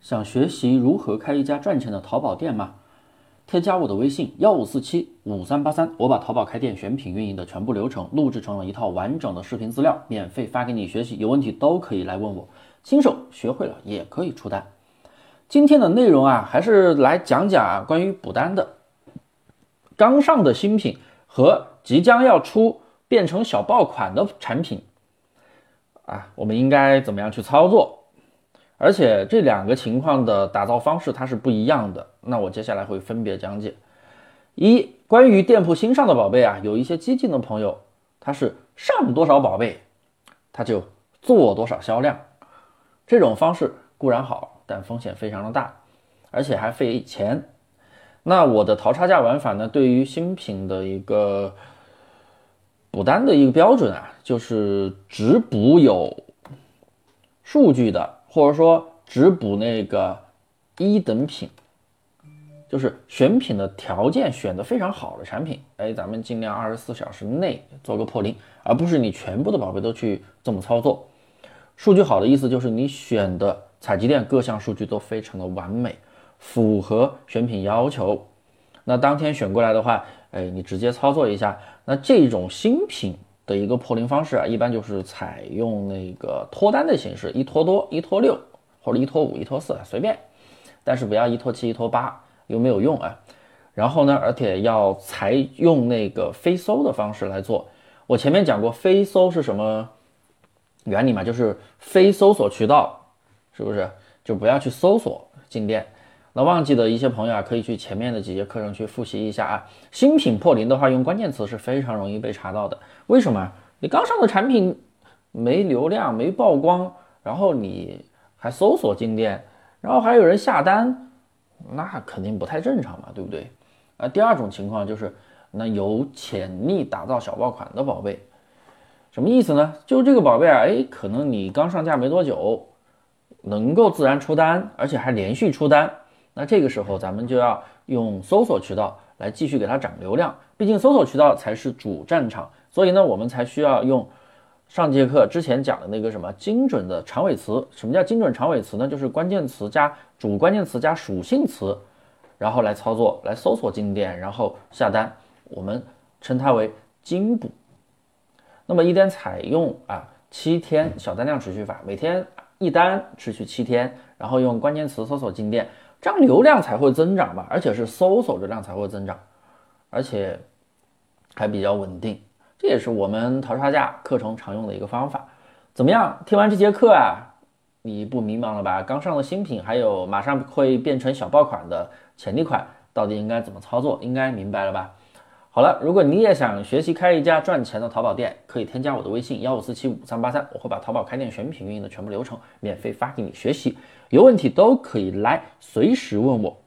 想学习如何开一家赚钱的淘宝店吗？添加我的微信15475383，我把淘宝开店选品运营的全部流程录制成了一套完整的视频资料，免费发给你学习，有问题都可以来问我。新手学会了也可以出单。今天的内容还是来讲讲关于补单的刚上的新品和即将要出变成小爆款的产品我们应该怎么样去操作？而且这两个情况的打造方式它是不一样的，那我接下来会分别讲解。关于店铺新上的宝贝有一些激进的朋友，他是上多少宝贝他就做多少销量，这种方式固然好，但风险非常的大，而且还费钱。那我的淘差价玩法呢，对于新品的一个补单的一个标准就是只补有数据的，或者说只补那个一等品，就是选品的条件选得非常好的产品，咱们尽量24小时内做个破零，而不是你全部的宝贝都去这么操作。数据好的意思就是你选的采集店各项数据都非常的完美，符合选品要求。那当天选过来的话，你直接操作一下。那这种新品的一个破零方式一般就是采用那个拖单的形式，一拖多、一拖六，或者一拖五、一拖四，随便，但是不要一拖七、一拖八，又没有用然后呢，而且要采用那个非搜的方式来做。我前面讲过非搜是什么原理嘛，就是非搜索渠道，是不是？就不要去搜索进店。那忘记的一些朋友可以去前面的几节课程去复习一下新品破零的话，用关键词是非常容易被查到的。为什么？你刚上的产品没流量、没曝光，然后你还搜索进店，然后还有人下单，那肯定不太正常嘛，对不对？第二种情况就是那有潜力打造小爆款的宝贝，什么意思呢？就这个宝贝可能你刚上架没多久，能够自然出单，而且还连续出单。那这个时候咱们就要用搜索渠道来继续给它涨流量，毕竟搜索渠道才是主战场，所以呢我们才需要用上节课之前讲的那个什么精准的长尾词。什么叫精准长尾词呢？就是关键词加主关键词加属性词，然后来操作，来搜索进店，然后下单，我们称它为精补。那么一单采用7天小单量持续法，每天一单持续7天，然后用关键词搜索进店，这样流量才会增长吧，而且是搜索流量才会增长，而且还比较稳定。这也是我们淘差价课程常用的一个方法。怎么样？听完这节课你不迷茫了吧？刚上的新品，还有马上会变成小爆款的潜力款，到底应该怎么操作？应该明白了吧？好了，如果你也想学习开一家赚钱的淘宝店，可以添加我的微信15475383，我会把淘宝开店选品运营的全部流程免费发给你学习，有问题都可以来随时问我。